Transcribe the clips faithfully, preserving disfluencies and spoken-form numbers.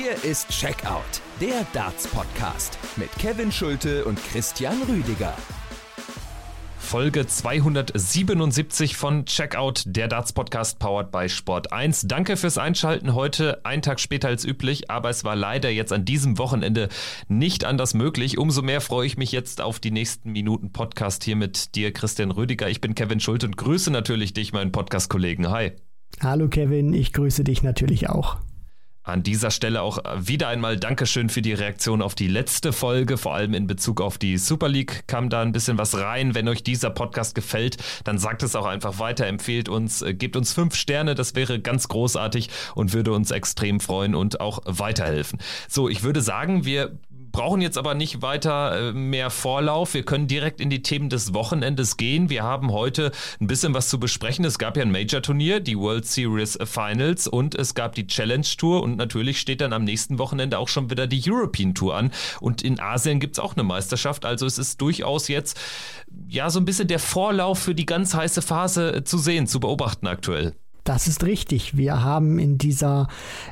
Hier ist Checkout, der Darts-Podcast mit Kevin Schulte und Christian Rüdiger. Folge zweihundertsiebenundsiebzig von Checkout, der Darts-Podcast powered by Sport eins. Danke fürs Einschalten heute, einen Tag später als üblich, aber es war leider jetzt an diesem Wochenende nicht anders möglich. Umso mehr freue ich mich jetzt auf die nächsten Minuten Podcast hier mit dir, Christian Rüdiger. Ich bin Kevin Schulte und grüße natürlich dich, meinen Podcast-Kollegen. Hi. Hallo Kevin, ich grüße dich natürlich auch. An dieser Stelle auch wieder einmal Dankeschön für die Reaktion auf die letzte Folge, vor allem in Bezug auf die Super League kam da ein bisschen was rein. Wenn euch dieser Podcast gefällt, dann sagt es auch einfach weiter, empfehlt uns, gebt uns fünf Sterne, das wäre ganz großartig und würde uns extrem freuen und auch weiterhelfen. So, ich würde sagen, wir brauchen jetzt aber nicht weiter mehr Vorlauf. Wir können direkt in die Themen des Wochenendes gehen. Wir haben heute ein bisschen was zu besprechen. Es gab ja ein Major-Turnier, die World Series Finals und es gab die Challenge Tour und natürlich steht dann am nächsten Wochenende auch schon wieder die European Tour an und in Asien gibt es auch eine Meisterschaft. Also es ist durchaus jetzt ja so ein bisschen der Vorlauf für die ganz heiße Phase zu sehen, zu beobachten aktuell. Das ist richtig. Wir haben in dieser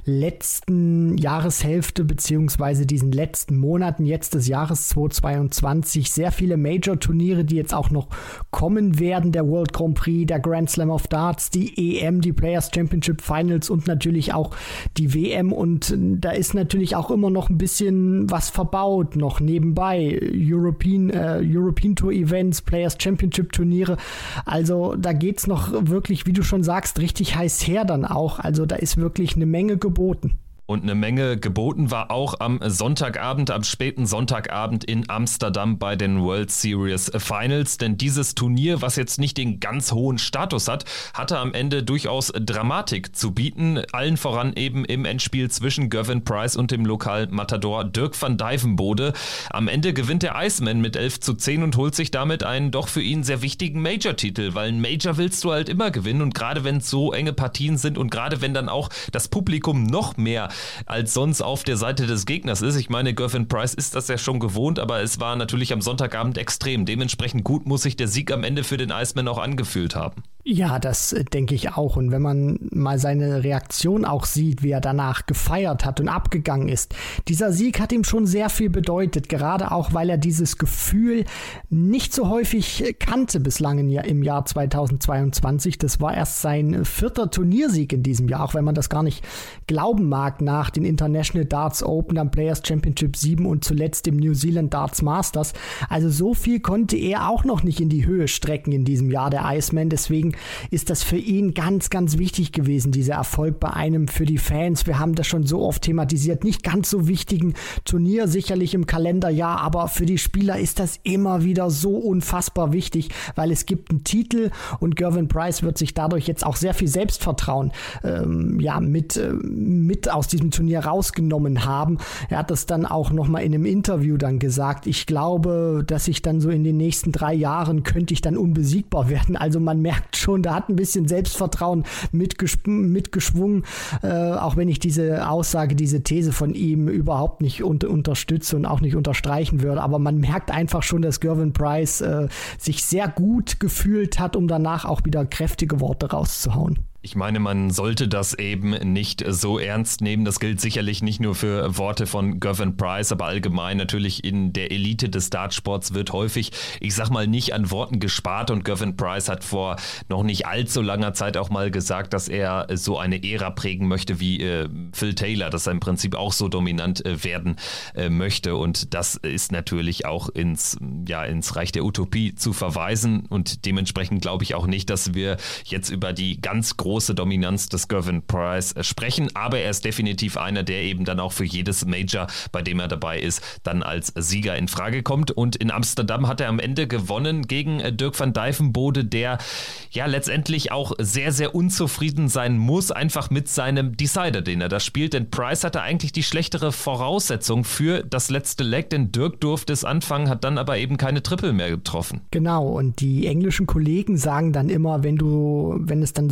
letzten Jahreshälfte beziehungsweise diesen letzten Monaten jetzt des Jahres zweitausendzweiundzwanzig sehr viele Major-Turniere, die jetzt auch noch kommen werden. Der World Grand Prix, der Grand Slam of Darts, die E M, die Players Championship Finals und natürlich auch die W M. Und da ist natürlich auch immer noch ein bisschen was verbaut, noch nebenbei. European, äh, European Tour Events, Players Championship Turniere. Also da geht's noch wirklich, wie du schon sagst, richtig heiß her dann auch. Also da ist wirklich eine Menge geboten. Und eine Menge geboten war auch am Sonntagabend, am späten Sonntagabend in Amsterdam bei den World Series Finals. Denn dieses Turnier, was jetzt nicht den ganz hohen Status hat, hatte am Ende durchaus Dramatik zu bieten. Allen voran eben im Endspiel zwischen Gervin Price und dem Lokal-Matador Dirk van Dijvenbode. Am Ende gewinnt der Iceman mit elf zu zehn und holt sich damit einen doch für ihn sehr wichtigen Major-Titel. Weil ein Major willst du halt immer gewinnen und gerade wenn es so enge Partien sind und gerade wenn dann auch das Publikum noch mehr als sonst auf der Seite des Gegners ist. Ich meine, Gervin Price ist das ja schon gewohnt, aber es war natürlich am Sonntagabend extrem. Dementsprechend gut muss sich der Sieg am Ende für den Iceman auch angefühlt haben. Ja, das denke ich auch. Und wenn man mal seine Reaktion auch sieht, wie er danach gefeiert hat und abgegangen ist, dieser Sieg hat ihm schon sehr viel bedeutet, gerade auch, weil er dieses Gefühl nicht so häufig kannte bislang im Jahr zweitausendzweiundzwanzig. Das war erst sein vierter Turniersieg in diesem Jahr, auch wenn man das gar nicht glauben mag, nach den International Darts Open, dann Players Championship sieben und zuletzt dem New Zealand Darts Masters. Also so viel konnte er auch noch nicht in die Höhe strecken in diesem Jahr, der Iceman. Deswegen ist das für ihn ganz, ganz wichtig gewesen, dieser Erfolg bei einem für die Fans. Wir haben das schon so oft thematisiert, nicht ganz so wichtigen Turnier, sicherlich im Kalenderjahr, aber für die Spieler ist das immer wieder so unfassbar wichtig, weil es gibt einen Titel und Gervin Price wird sich dadurch jetzt auch sehr viel Selbstvertrauen ähm, ja, mit, äh, mit aus diesem Turnier rausgenommen haben. Er hat das dann auch nochmal in einem Interview dann gesagt. Ich glaube, dass ich dann so in den nächsten drei Jahren könnte ich dann unbesiegbar werden. Also man merkt schon, da hat ein bisschen Selbstvertrauen mitgesp- mitgeschwungen, äh, auch wenn ich diese Aussage, diese These von ihm überhaupt nicht unter- unterstütze und auch nicht unterstreichen würde. Aber man merkt einfach schon, dass Gervin Price äh, sich sehr gut gefühlt hat, um danach auch wieder kräftige Worte rauszuhauen. Ich meine, man sollte das eben nicht so ernst nehmen. Das gilt sicherlich nicht nur für Worte von Gervin Price, aber allgemein natürlich in der Elite des Dartsports wird häufig, ich sag mal, nicht an Worten gespart. Und Gervin Price hat vor noch nicht allzu langer Zeit auch mal gesagt, dass er so eine Ära prägen möchte wie äh, Phil Taylor, dass er im Prinzip auch so dominant äh, werden äh, möchte. Und das ist natürlich auch ins, ja, ins Reich der Utopie zu verweisen. Und dementsprechend glaube ich auch nicht, dass wir jetzt über die ganz große große Dominanz des Gervin Price sprechen, aber er ist definitiv einer, der eben dann auch für jedes Major, bei dem er dabei ist, dann als Sieger in Frage kommt. Und in Amsterdam hat er am Ende gewonnen gegen Dirk van Dijvenbode, der ja letztendlich auch sehr, sehr unzufrieden sein muss, einfach mit seinem Decider, den er da spielt, denn Price hatte eigentlich die schlechtere Voraussetzung für das letzte Leg, denn Dirk durfte es anfangen, hat dann aber eben keine Triple mehr getroffen. Genau, und die englischen Kollegen sagen dann immer, wenn du, wenn es dann sozusagen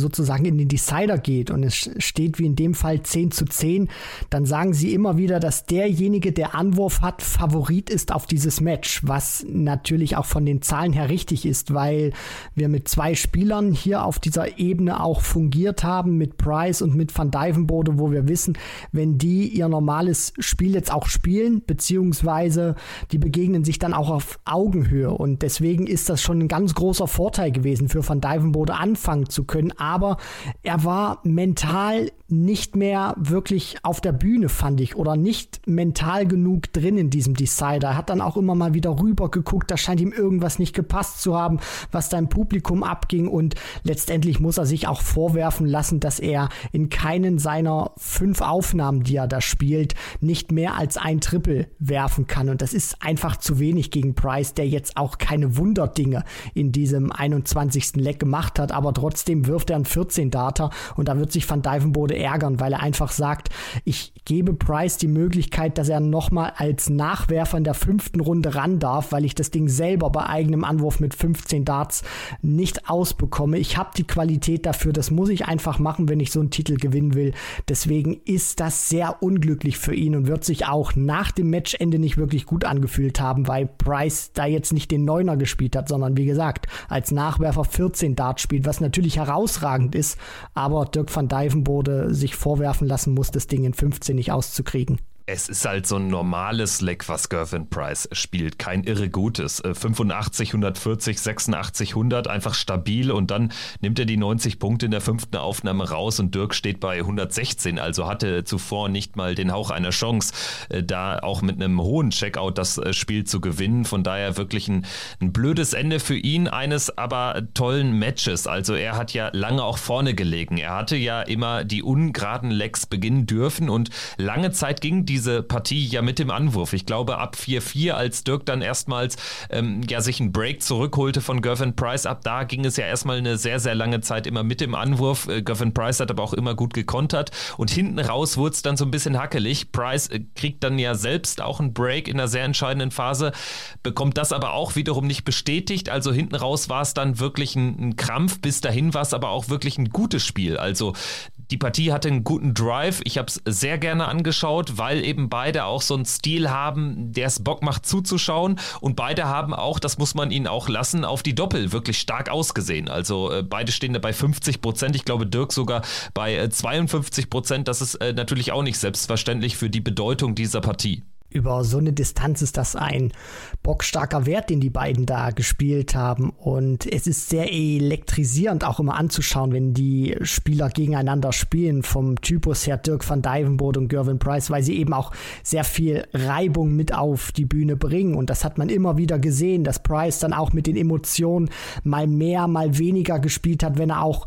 in den Decider geht und es steht wie in dem Fall zehn zu zehn, dann sagen sie immer wieder, dass derjenige, der Anwurf hat, Favorit ist auf dieses Match, was natürlich auch von den Zahlen her richtig ist, weil wir mit zwei Spielern hier auf dieser Ebene auch fungiert haben, mit Price und mit Van Duijvenbode, wo wir wissen, wenn die ihr normales Spiel jetzt auch spielen, beziehungsweise die begegnen sich dann auch auf Augenhöhe und deswegen ist das schon ein ganz großer Vorteil gewesen, für Van Duijvenbode anfangen zu können, aber er war mental nicht mehr wirklich auf der Bühne, fand ich, oder nicht mental genug drin in diesem Decider. Er hat dann auch immer mal wieder rüber geguckt, da scheint ihm irgendwas nicht gepasst zu haben, was da im Publikum abging und letztendlich muss er sich auch vorwerfen lassen, dass er in keinen seiner fünf Aufnahmen, die er da spielt, nicht mehr als ein Triple werfen kann und das ist einfach zu wenig gegen Price, der jetzt auch keine Wunderdinge in diesem einundzwanzigsten Leck gemacht hat, aber trotzdem wirft er einen vierzehn-Darter und da wird sich Van Duijvenbode ärgern, weil er einfach sagt, ich gebe Price die Möglichkeit, dass er nochmal als Nachwerfer in der fünften Runde ran darf, weil ich das Ding selber bei eigenem Anwurf mit fünfzehn Darts nicht ausbekomme. Ich habe die Qualität dafür, das muss ich einfach machen, wenn ich so einen Titel gewinnen will. Deswegen ist das sehr unglücklich für ihn und wird sich auch nach dem Matchende nicht wirklich gut angefühlt haben, weil Price da jetzt nicht den Neuner gespielt hat, sondern wie gesagt, als Nachwerfer vierzehn Darts spielt, was natürlich herausragend ist, aber Dirk Van Duijvenbode sich vorwerfen lassen muss, das Ding in fünfzehn nicht auszukriegen. Es ist halt so ein normales Leck, was Gervin Price spielt, kein irre gutes. fünfundachtzig, hundertvierzig, sechsundachtzig, hundert, einfach stabil und dann nimmt er die neunzig Punkte in der fünften Aufnahme raus und Dirk steht bei hundertsechzehn, also hatte zuvor nicht mal den Hauch einer Chance, da auch mit einem hohen Checkout das Spiel zu gewinnen. Von daher wirklich ein, ein blödes Ende für ihn, eines aber tollen Matches. Also er hat ja lange auch vorne gelegen. Er hatte ja immer die ungeraden Lecks beginnen dürfen und lange Zeit ging die diese Partie ja mit dem Anwurf. Ich glaube ab vier vier, als Dirk dann erstmals ähm, ja, sich einen Break zurückholte von Gervin Price, ab da ging es ja erstmal eine sehr, sehr lange Zeit immer mit dem Anwurf. Äh, Gervin Price hat aber auch immer gut gekontert und hinten raus wurde es dann so ein bisschen hackelig. Price äh, kriegt dann ja selbst auch einen Break in einer sehr entscheidenden Phase, bekommt das aber auch wiederum nicht bestätigt. Also hinten raus war es dann wirklich ein, ein Krampf. Bis dahin war es aber auch wirklich ein gutes Spiel. Also die Partie hatte einen guten Drive. Ich habe es sehr gerne angeschaut, weil eben beide auch so einen Stil haben, der es Bock macht zuzuschauen. Und beide haben auch, das muss man ihnen auch lassen, auf die Doppel wirklich stark ausgesehen. Also äh, beide stehen da bei fünfzig Prozent. Ich glaube, Dirk sogar bei äh, zweiundfünfzig Prozent. Das ist äh, natürlich auch nicht selbstverständlich für die Bedeutung dieser Partie. Über so eine Distanz ist das ein bockstarker Wert, den die beiden da gespielt haben. Und es ist sehr elektrisierend auch immer anzuschauen, wenn die Spieler gegeneinander spielen, vom Typus her Dirk Van Duijvenbode und Gervin Price, weil sie eben auch sehr viel Reibung mit auf die Bühne bringen. Und das hat man immer wieder gesehen, dass Price dann auch mit den Emotionen mal mehr, mal weniger gespielt hat, wenn er auch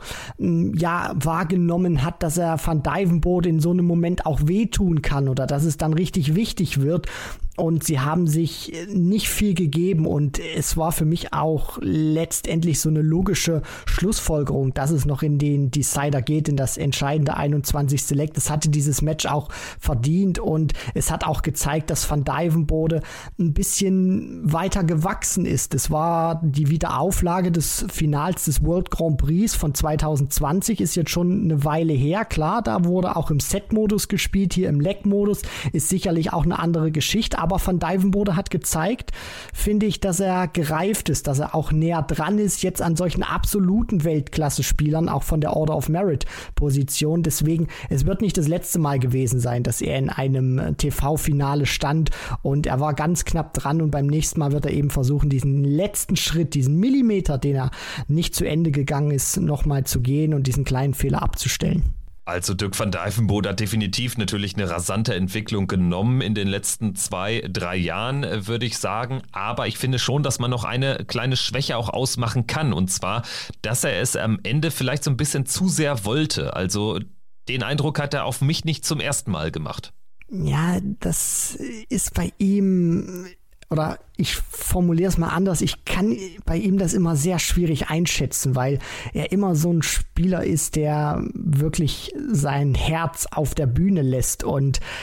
ja wahrgenommen hat, dass er Van Duijvenbode in so einem Moment auch wehtun kann oder dass es dann richtig wichtig wird. Und sie haben sich nicht viel gegeben und es war für mich auch letztendlich so eine logische Schlussfolgerung, dass es noch in den Decider geht, in das entscheidende einundzwanzigste Leck. Das hatte dieses Match auch verdient und es hat auch gezeigt, dass Van Duijvenbode ein bisschen weiter gewachsen ist. Es war die Wiederauflage des Finals des World Grand Prix von zwanzig zwanzig, ist jetzt schon eine Weile her. Klar, da wurde auch im Set-Modus gespielt, hier im Leck-Modus ist sicherlich auch eine andere Geschichte, aber Van Duijvenbode hat gezeigt, finde ich, dass er gereift ist, dass er auch näher dran ist, jetzt an solchen absoluten Weltklasse-Spielern, auch von der Order of Merit-Position. Deswegen, es wird nicht das letzte Mal gewesen sein, dass er in einem T V-Finale stand und er war ganz knapp dran und beim nächsten Mal wird er eben versuchen, diesen letzten Schritt, diesen Millimeter, den er nicht zu Ende gegangen ist, nochmal zu gehen und diesen kleinen Fehler abzustellen. Also Dirk Van Duijvenbode hat definitiv natürlich eine rasante Entwicklung genommen in den letzten zwei, drei Jahren, würde ich sagen. Aber ich finde schon, dass man noch eine kleine Schwäche auch ausmachen kann. Und zwar, dass er es am Ende vielleicht so ein bisschen zu sehr wollte. Also den Eindruck hat er auf mich nicht zum ersten Mal gemacht. Ja, das ist bei ihm... Oder ich formuliere es mal anders, ich kann bei ihm das immer sehr schwierig einschätzen, weil er immer so ein Spieler ist, der wirklich sein Herz auf der Bühne lässt und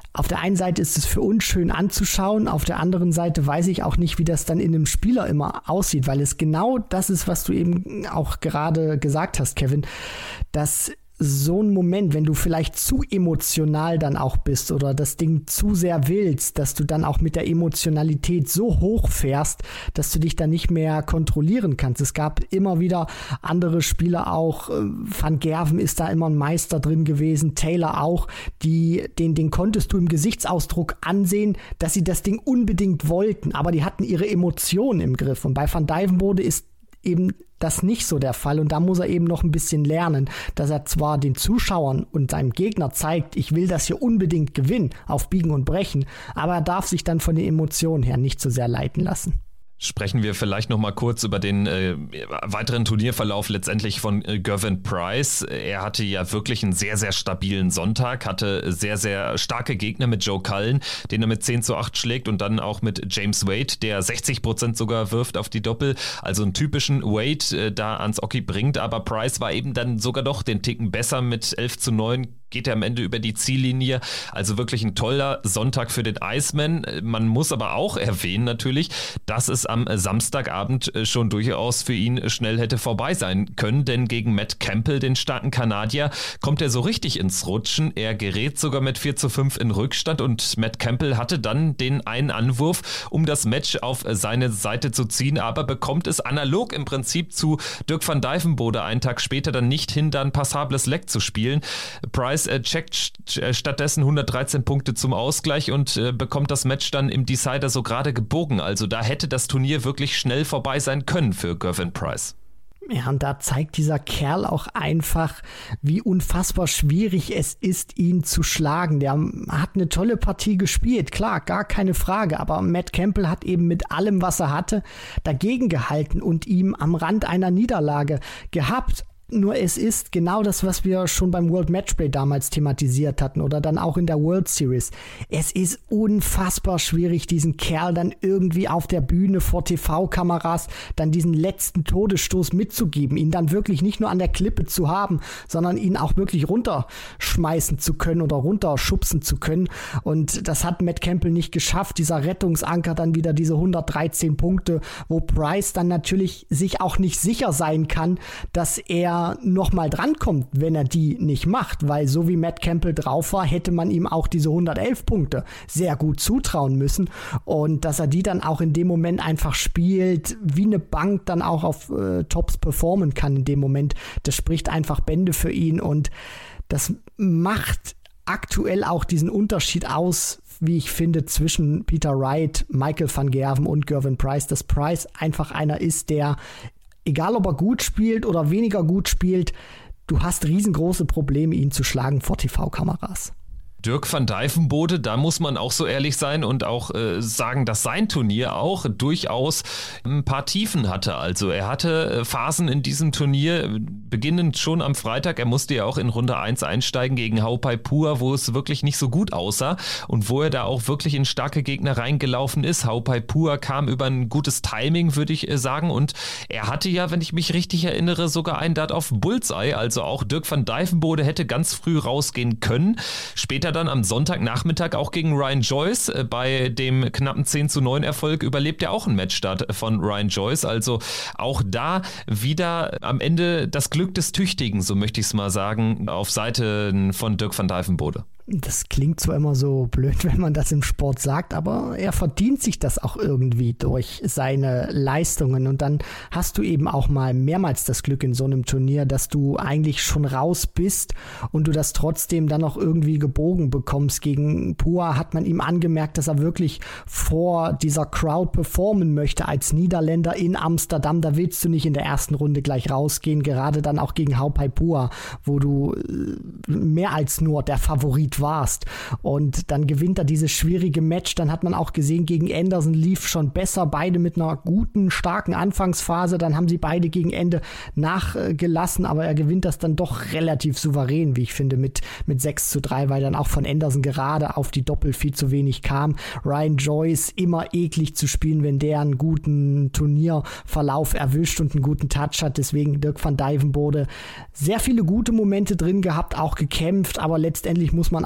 auf der einen Seite ist es für uns schön anzuschauen, auf der anderen Seite weiß ich auch nicht, wie das dann in einem Spieler immer aussieht, weil es genau das ist, was du eben auch gerade gesagt hast, Kevin, dass so ein Moment, wenn du vielleicht zu emotional dann auch bist oder das Ding zu sehr willst, dass du dann auch mit der Emotionalität so hoch fährst, dass du dich dann nicht mehr kontrollieren kannst. Es gab immer wieder andere Spieler auch, Van Gerven ist da immer ein Meister drin gewesen, Taylor auch, die, den, den konntest du im Gesichtsausdruck ansehen, dass sie das Ding unbedingt wollten, aber die hatten ihre Emotionen im Griff. Und bei Van Dijvenbode ist eben das nicht so der Fall und da muss er eben noch ein bisschen lernen, dass er zwar den Zuschauern und seinem Gegner zeigt, ich will das hier unbedingt gewinnen, auf Biegen und Brechen, aber er darf sich dann von den Emotionen her nicht so sehr leiten lassen. Sprechen wir vielleicht noch mal kurz über den äh, weiteren Turnierverlauf letztendlich von äh, Gervin Price. Er hatte ja wirklich einen sehr, sehr stabilen Sonntag, hatte sehr, sehr starke Gegner mit Joe Cullen, den er mit zehn zu acht schlägt und dann auch mit James Wade, der sechzig Prozent sogar wirft auf die Doppel. Also einen typischen Wade äh, da ans Oki bringt, aber Price war eben dann sogar doch den Ticken besser mit elf zu neun. Geht er am Ende über die Ziellinie. Also wirklich ein toller Sonntag für den Iceman. Man muss aber auch erwähnen natürlich, dass es am Samstagabend schon durchaus für ihn schnell hätte vorbei sein können, denn gegen Matt Campbell, den starken Kanadier, kommt er so richtig ins Rutschen. Er gerät sogar mit vier zu fünf in Rückstand und Matt Campbell hatte dann den einen Anwurf, um das Match auf seine Seite zu ziehen, aber bekommt es analog im Prinzip zu Dirk van Dijvenbode einen Tag später dann nicht hin, dann passables Leck zu spielen. Price äh, checkt st- stattdessen hundertdreizehn Punkte zum Ausgleich und äh, bekommt das Match dann im Decider so gerade gebogen. Also da hätte das Turnier wirklich schnell vorbei sein können für Gervin Price. Ja, und da zeigt dieser Kerl auch einfach, wie unfassbar schwierig es ist, ihn zu schlagen. Der hat eine tolle Partie gespielt, klar, gar keine Frage, aber Matt Campbell hat eben mit allem, was er hatte, dagegen gehalten und ihm am Rand einer Niederlage gehabt. Nur es ist genau das, was wir schon beim World Matchplay damals thematisiert hatten oder dann auch in der World Series. Es ist unfassbar schwierig, diesen Kerl dann irgendwie auf der Bühne vor T V-Kameras dann diesen letzten Todesstoß mitzugeben, ihn dann wirklich nicht nur an der Klippe zu haben, sondern ihn auch wirklich runterschmeißen zu können oder runterschubsen zu können. Und das hat Matt Campbell nicht geschafft. Dieser Rettungsanker dann wieder diese hundertdreizehn Punkte, wo Price dann natürlich sich auch nicht sicher sein kann, dass er nochmal drankommt, wenn er die nicht macht, weil so wie Matt Campbell drauf war, hätte man ihm auch diese hundertelf Punkte sehr gut zutrauen müssen und dass er die dann auch in dem Moment einfach spielt, wie eine Bank dann auch auf äh, Tops performen kann in dem Moment, das spricht einfach Bände für ihn und das macht aktuell auch diesen Unterschied aus, wie ich finde, zwischen Peter Wright, Michael van Gerven und Gervin Price, dass Price einfach einer ist, der egal, ob er gut spielt oder weniger gut spielt, du hast riesengroße Probleme, ihn zu schlagen vor T V-Kameras. Dirk van Dijvenbode, da muss man auch so ehrlich sein und auch äh, sagen, dass sein Turnier auch durchaus ein paar Tiefen hatte. Also er hatte äh, Phasen in diesem Turnier, beginnend schon am Freitag. Er musste ja auch in Runde eins einsteigen gegen Haupai Pua, wo es wirklich nicht so gut aussah und wo er da auch wirklich in starke Gegner reingelaufen ist. Haupai Pua kam über ein gutes Timing, würde ich äh, sagen. Und er hatte ja, wenn ich mich richtig erinnere, sogar einen Dart auf Bullseye. Also auch Dirk van Dijvenbode hätte ganz früh rausgehen können. Später dann am Sonntagnachmittag auch gegen Ryan Joyce. Bei dem knappen zehn zu neun Erfolg überlebt er auch einen Matchstart von Ryan Joyce. Also auch da wieder am Ende das Glück des Tüchtigen, so möchte ich es mal sagen, auf Seite von Dirk van Dijvenbode. Das klingt zwar immer so blöd, wenn man das im Sport sagt, aber er verdient sich das auch irgendwie durch seine Leistungen. Und dann hast du eben auch mal mehrmals das Glück in so einem Turnier, dass du eigentlich schon raus bist und du das trotzdem dann noch irgendwie gebogen bekommst. Gegen Pua hat man ihm angemerkt, dass er wirklich vor dieser Crowd performen möchte als Niederländer in Amsterdam. Da willst du nicht in der ersten Runde gleich rausgehen, gerade dann auch gegen Haupai Pua, wo du mehr als nur der Favorit warst. Und dann gewinnt er dieses schwierige Match. Dann hat man auch gesehen, gegen Anderson lief schon besser. Beide mit einer guten, starken Anfangsphase. Dann haben sie beide gegen Ende nachgelassen, aber er gewinnt das dann doch relativ souverän, wie ich finde, mit, mit sechs zu drei, weil dann auch von Anderson gerade auf die Doppel viel zu wenig kam. Ryan Joyce immer eklig zu spielen, wenn der einen guten Turnierverlauf erwischt und einen guten Touch hat. Deswegen Dirk van Dijvenbode sehr viele gute Momente drin gehabt, auch gekämpft, aber letztendlich muss man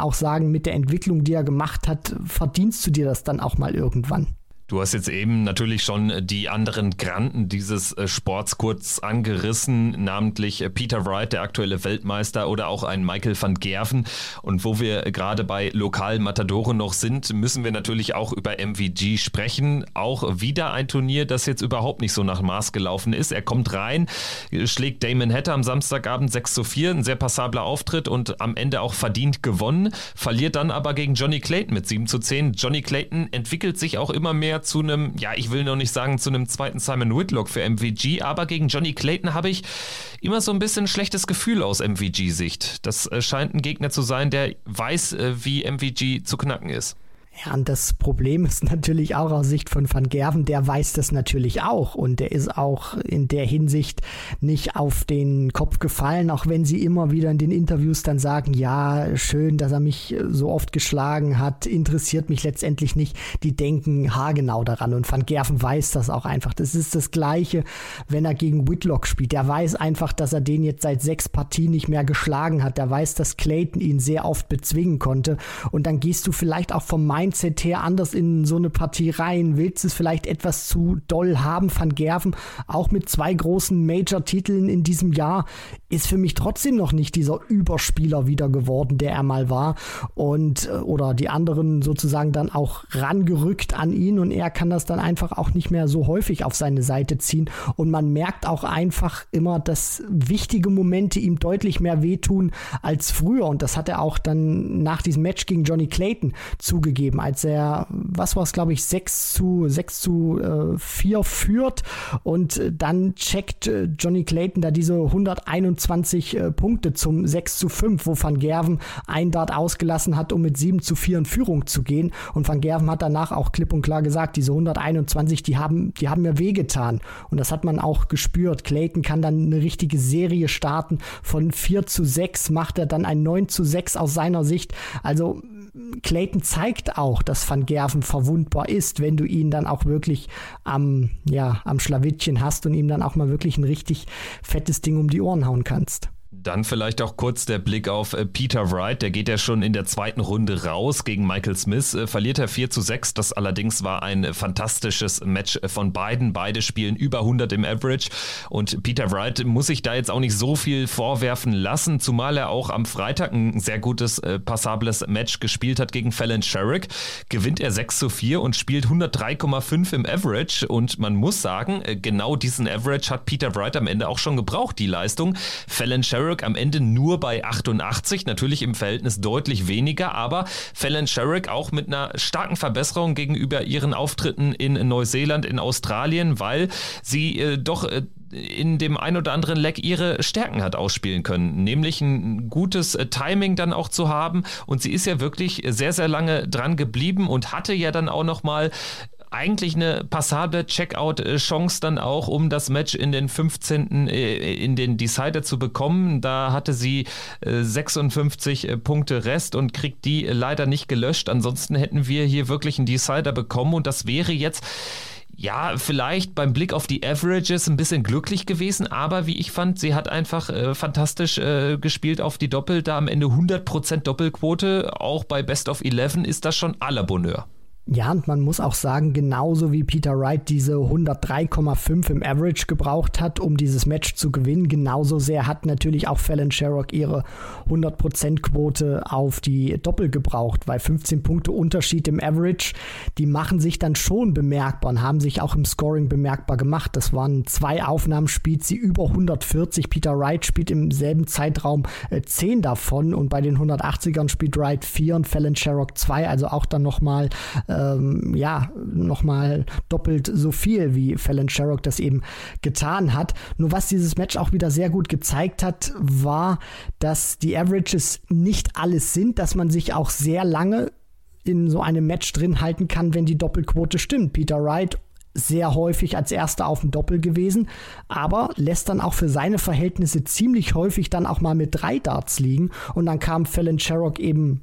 auch sagen, mit der Entwicklung, die er gemacht hat, verdienst du dir das dann auch mal irgendwann. Du hast jetzt eben natürlich schon die anderen Granden dieses Sports kurz angerissen, namentlich Peter Wright, der aktuelle Weltmeister, oder auch ein Michael van Gerwen. Und wo wir gerade bei lokalen Matadoren noch sind, müssen wir natürlich auch über M V G sprechen. Auch wieder ein Turnier, das jetzt überhaupt nicht so nach Maß gelaufen ist. Er kommt rein, schlägt Damon Hatter am Samstagabend sechs zu vier, ein sehr passabler Auftritt und am Ende auch verdient gewonnen, verliert dann aber gegen Johnny Clayton mit sieben zu zehn. Johnny Clayton entwickelt sich auch immer mehr zu einem, ja, ich will noch nicht sagen zu einem zweiten Simon Whitlock für M V G, aber gegen Johnny Clayton habe ich immer so ein bisschen ein schlechtes Gefühl aus M V G-Sicht. Das scheint ein Gegner zu sein, der weiß, wie M V G zu knacken ist. Ja, und das Problem ist natürlich auch aus Sicht von Van Gerwen, der weiß das natürlich auch und der ist auch in der Hinsicht nicht auf den Kopf gefallen, auch wenn sie immer wieder in den Interviews dann sagen, ja, schön, dass er mich so oft geschlagen hat, interessiert mich letztendlich nicht. Die denken haargenau daran und Van Gerwen weiß das auch einfach. Das ist das Gleiche, wenn er gegen Whitlock spielt. Der weiß einfach, dass er den jetzt seit sechs Partien nicht mehr geschlagen hat. Der weiß, dass Clayton ihn sehr oft bezwingen konnte und dann gehst du vielleicht auch vom Mindset her anders in so eine Partie rein, willst es vielleicht etwas zu doll haben. Van Gerwen, auch mit zwei großen Major-Titeln in diesem Jahr, ist für mich trotzdem noch nicht dieser Überspieler wieder geworden, der er mal war und oder die anderen sozusagen dann auch rangerückt an ihn und er kann das dann einfach auch nicht mehr so häufig auf seine Seite ziehen und man merkt auch einfach immer, dass wichtige Momente ihm deutlich mehr wehtun als früher und das hat er auch dann nach diesem Match gegen Johnny Clayton zugegeben, als er, was war es, glaube ich, sechs zu vier führt und dann checkt Johnny Clayton da diese hunderteinundzwanzig Punkte zum sechs zu fünf, wo Van Gerwen ein Dart ausgelassen hat, um mit sieben zu vier in Führung zu gehen und Van Gerwen hat danach auch klipp und klar gesagt, diese hunderteinundzwanzig, die haben, die haben mir wehgetan und das hat man auch gespürt. Clayton kann dann eine richtige Serie starten, von vier zu sechs macht er dann ein neun zu sechs aus seiner Sicht, also Clayton zeigt auch, dass Van Gerwen verwundbar ist, wenn du ihn dann auch wirklich am, ja, am Schlawittchen hast und ihm dann auch mal wirklich ein richtig fettes Ding um die Ohren hauen kannst. Dann vielleicht auch kurz der Blick auf Peter Wright, der geht ja schon in der zweiten Runde raus gegen Michael Smith, verliert er vier zu sechs, das allerdings war ein fantastisches Match von beiden, beide spielen über hundert im Average und Peter Wright muss sich da jetzt auch nicht so viel vorwerfen lassen, zumal er auch am Freitag ein sehr gutes, passables Match gespielt hat gegen Fallon Sherrick, gewinnt er sechs zu vier und spielt hundertdrei Komma fünf im Average und man muss sagen, genau diesen Average hat Peter Wright am Ende auch schon gebraucht, die Leistung. Fallon Sherrick am Ende nur bei achtundachtzig, natürlich im Verhältnis deutlich weniger, aber Fallon Sherrick auch mit einer starken Verbesserung gegenüber ihren Auftritten in Neuseeland, in Australien, weil sie äh, doch äh, in dem ein oder anderen Leck ihre Stärken hat ausspielen können, nämlich ein gutes äh, Timing dann auch zu haben und sie ist ja wirklich sehr, sehr lange dran geblieben und hatte ja dann auch nochmal eigentlich eine passable Checkout-Chance dann auch, um das Match in den fünfzehnten in den Decider zu bekommen. Da hatte sie sechsundfünfzig Punkte Rest und kriegt die leider nicht gelöscht. Ansonsten hätten wir hier wirklich einen Decider bekommen und das wäre jetzt ja, vielleicht beim Blick auf die Averages ein bisschen glücklich gewesen, aber wie ich fand, sie hat einfach äh, fantastisch äh, gespielt auf die Doppel, da am Ende hundert Prozent Doppelquote, auch bei Best of elf ist das schon à la Bonheur. Ja, und man muss auch sagen, genauso wie Peter Wright diese hundertdrei Komma fünf im Average gebraucht hat, um dieses Match zu gewinnen, genauso sehr hat natürlich auch Fallon Sherrick ihre hundert Prozent Quote auf die Doppel gebraucht, weil fünfzehn Punkte Unterschied im Average, die machen sich dann schon bemerkbar und haben sich auch im Scoring bemerkbar gemacht. Das waren zwei Aufnahmen, spielt sie über hundertvierzig, Peter Wright spielt im selben Zeitraum äh, zehn davon und bei den hundertachtzigern spielt Wright vier und Fallon Sherrick zwei, also auch dann nochmal Ähm, ja, nochmal doppelt so viel, wie Fallon Sherrick das eben getan hat. Nur was dieses Match auch wieder sehr gut gezeigt hat, war, dass die Averages nicht alles sind, dass man sich auch sehr lange in so einem Match drin halten kann, wenn die Doppelquote stimmt. Peter Wright sehr häufig als Erster auf dem Doppel gewesen, aber lässt dann auch für seine Verhältnisse ziemlich häufig dann auch mal mit drei Darts liegen und dann kam Fallon Sherrick eben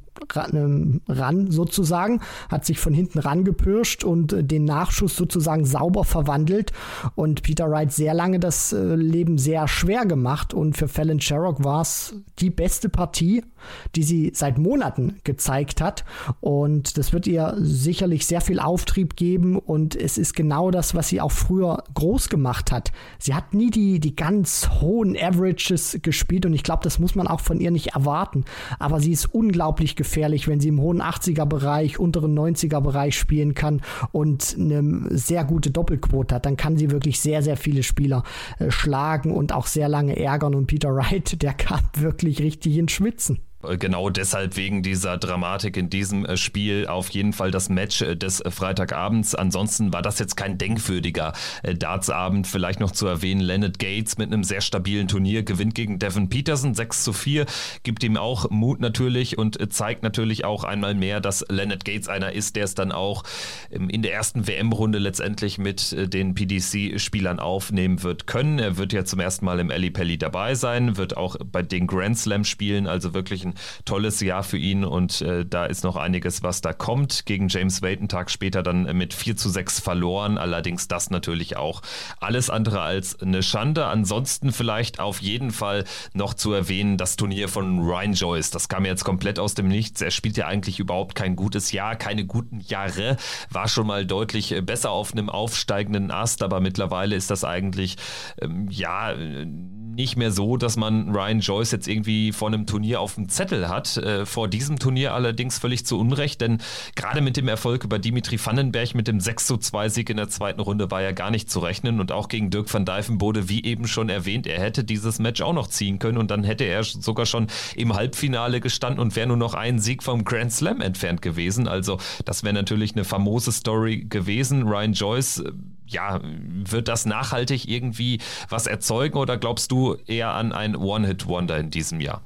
ran sozusagen, hat sich von hinten rangepirscht und den Nachschuss sozusagen sauber verwandelt und Peter Wright sehr lange das Leben sehr schwer gemacht und für Fallon Sherrock war es die beste Partie, die sie seit Monaten gezeigt hat und das wird ihr sicherlich sehr viel Auftrieb geben und es ist genau das, was sie auch früher groß gemacht hat. Sie hat nie die, die ganz hohen Averages gespielt und ich glaube, das muss man auch von ihr nicht erwarten, aber sie ist unglaublich gefährlich gefährlich, wenn sie im hohen achtziger-Bereich, unteren neunziger-Bereich spielen kann und eine sehr gute Doppelquote hat, dann kann sie wirklich sehr, sehr viele Spieler äh, schlagen und auch sehr lange ärgern und Peter Wright, der kam wirklich richtig ins Schwitzen. Genau deshalb wegen dieser Dramatik in diesem Spiel auf jeden Fall das Match des Freitagabends. Ansonsten war das jetzt kein denkwürdiger Dartsabend. Vielleicht noch zu erwähnen, Leonard Gates mit einem sehr stabilen Turnier gewinnt gegen Devin Peterson sechs zu vier. Gibt ihm auch Mut natürlich und zeigt natürlich auch einmal mehr, dass Leonard Gates einer ist, der es dann auch in der ersten W M-Runde letztendlich mit den P D C-Spielern aufnehmen wird können. Er wird ja zum ersten Mal im Ali Pelli dabei sein, wird auch bei den Grand Slam spielen, also wirklich ein tolles Jahr für ihn und äh, da ist noch einiges, was da kommt. Gegen James Wade einen Tag später dann mit vier zu sechs verloren, allerdings das natürlich auch alles andere als eine Schande. Ansonsten vielleicht auf jeden Fall noch zu erwähnen, das Turnier von Ryan Joyce, das kam jetzt komplett aus dem Nichts. Er spielt ja eigentlich überhaupt kein gutes Jahr, keine guten Jahre, war schon mal deutlich besser auf einem aufsteigenden Ast, aber mittlerweile ist das eigentlich ähm, ja nicht mehr so, dass man Ryan Joyce jetzt irgendwie vor einem Turnier auf dem Zettel hat. Äh, vor diesem Turnier allerdings völlig zu Unrecht, denn gerade mit dem Erfolg über Dimitri Vandenberg mit dem sechs zu zwei Sieg in der zweiten Runde war ja gar nicht zu rechnen und auch gegen Dirk van Dijvenbode, wie eben schon erwähnt, er hätte dieses Match auch noch ziehen können und dann hätte er sogar schon im Halbfinale gestanden und wäre nur noch einen Sieg vom Grand Slam entfernt gewesen. Also das wäre natürlich eine famose Story gewesen. Ryan Joyce, ja, wird das nachhaltig irgendwie was erzeugen oder glaubst du eher an ein One-Hit-Wonder in diesem Jahr?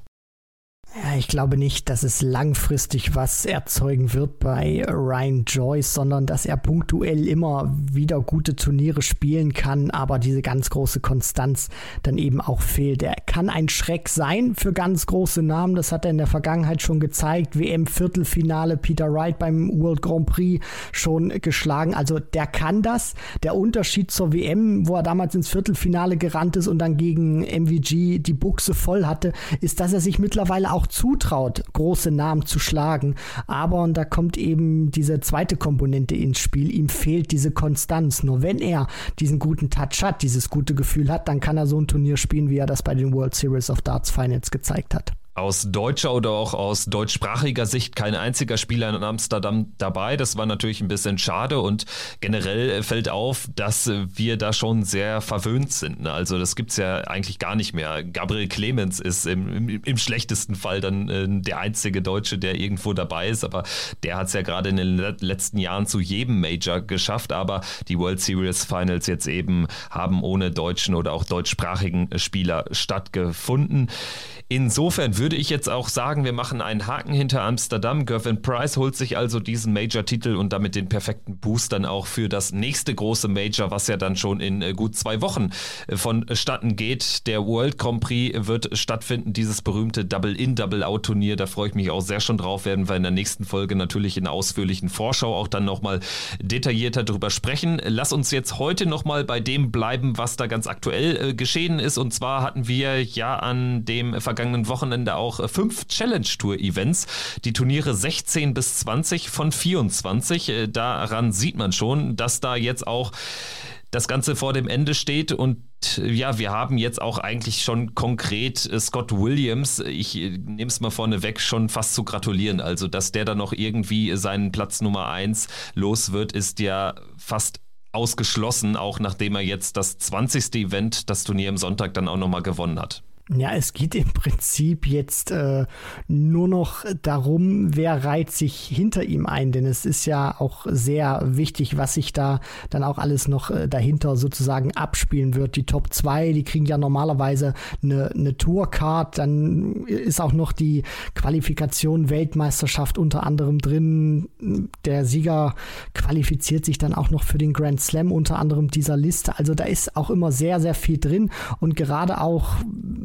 Ja, ich glaube nicht, dass es langfristig was erzeugen wird bei Ryan Joyce, sondern dass er punktuell immer wieder gute Turniere spielen kann, aber diese ganz große Konstanz dann eben auch fehlt. Er kann ein Schreck sein für ganz große Namen, das hat er in der Vergangenheit schon gezeigt. W M-Viertelfinale, Peter Wright beim World Grand Prix schon geschlagen, also der kann das. Der Unterschied zur W M, wo er damals ins Viertelfinale gerannt ist und dann gegen M V G die Buchse voll hatte, ist, dass er sich mittlerweile auch zutraut, große Namen zu schlagen. Aber, und da kommt eben diese zweite Komponente ins Spiel, ihm fehlt diese Konstanz. Nur wenn er diesen guten Touch hat, dieses gute Gefühl hat, dann kann er so ein Turnier spielen, wie er das bei den World Series of Darts Finals gezeigt hat. Aus deutscher oder auch aus deutschsprachiger Sicht kein einziger Spieler in Amsterdam dabei. Das war natürlich ein bisschen schade und generell fällt auf, dass wir da schon sehr verwöhnt sind. Also das gibt's ja eigentlich gar nicht mehr. Gabriel Clemens ist im, im, im schlechtesten Fall dann äh, der einzige Deutsche, der irgendwo dabei ist, aber der hat es ja gerade in den letzten Jahren zu jedem Major geschafft, aber die World Series Finals jetzt eben haben ohne deutschen oder auch deutschsprachigen Spieler stattgefunden. Insofern würde ich jetzt auch sagen, wir machen einen Haken hinter Amsterdam. Gervin Price holt sich also diesen Major-Titel und damit den perfekten Boost dann auch für das nächste große Major, was ja dann schon in gut zwei Wochen vonstatten geht. Der World Grand Prix wird stattfinden, dieses berühmte Double-In, Double-Out-Turnier. Da freue ich mich auch sehr schon drauf, werden wir in der nächsten Folge natürlich in der ausführlichen Vorschau auch dann nochmal detaillierter drüber sprechen. Lass uns jetzt heute nochmal bei dem bleiben, was da ganz aktuell äh, geschehen ist. Und zwar hatten wir ja an dem vergangenen Wochenende auch fünf Challenge-Tour-Events. Die Turniere sechzehn bis zwanzig von vierundzwanzig. Daran sieht man schon, dass da jetzt auch das Ganze vor dem Ende steht und ja, wir haben jetzt auch eigentlich schon konkret Scott Williams, ich nehme es mal vorneweg, schon fast zu gratulieren. Also, dass der dann noch irgendwie seinen Platz Nummer eins los wird, ist ja fast ausgeschlossen, auch nachdem er jetzt das zwanzigste Event, das Turnier am Sonntag, dann auch nochmal gewonnen hat. Ja, es geht im Prinzip jetzt äh, nur noch darum, wer reiht sich hinter ihm ein, denn es ist ja auch sehr wichtig, was sich da dann auch alles noch äh, dahinter sozusagen abspielen wird. Die Top zwei, die kriegen ja normalerweise eine, eine Tourcard, dann ist auch noch die Qualifikation Weltmeisterschaft unter anderem drin. Der Sieger qualifiziert sich dann auch noch für den Grand Slam unter anderem dieser Liste. Also da ist auch immer sehr, sehr viel drin und gerade auch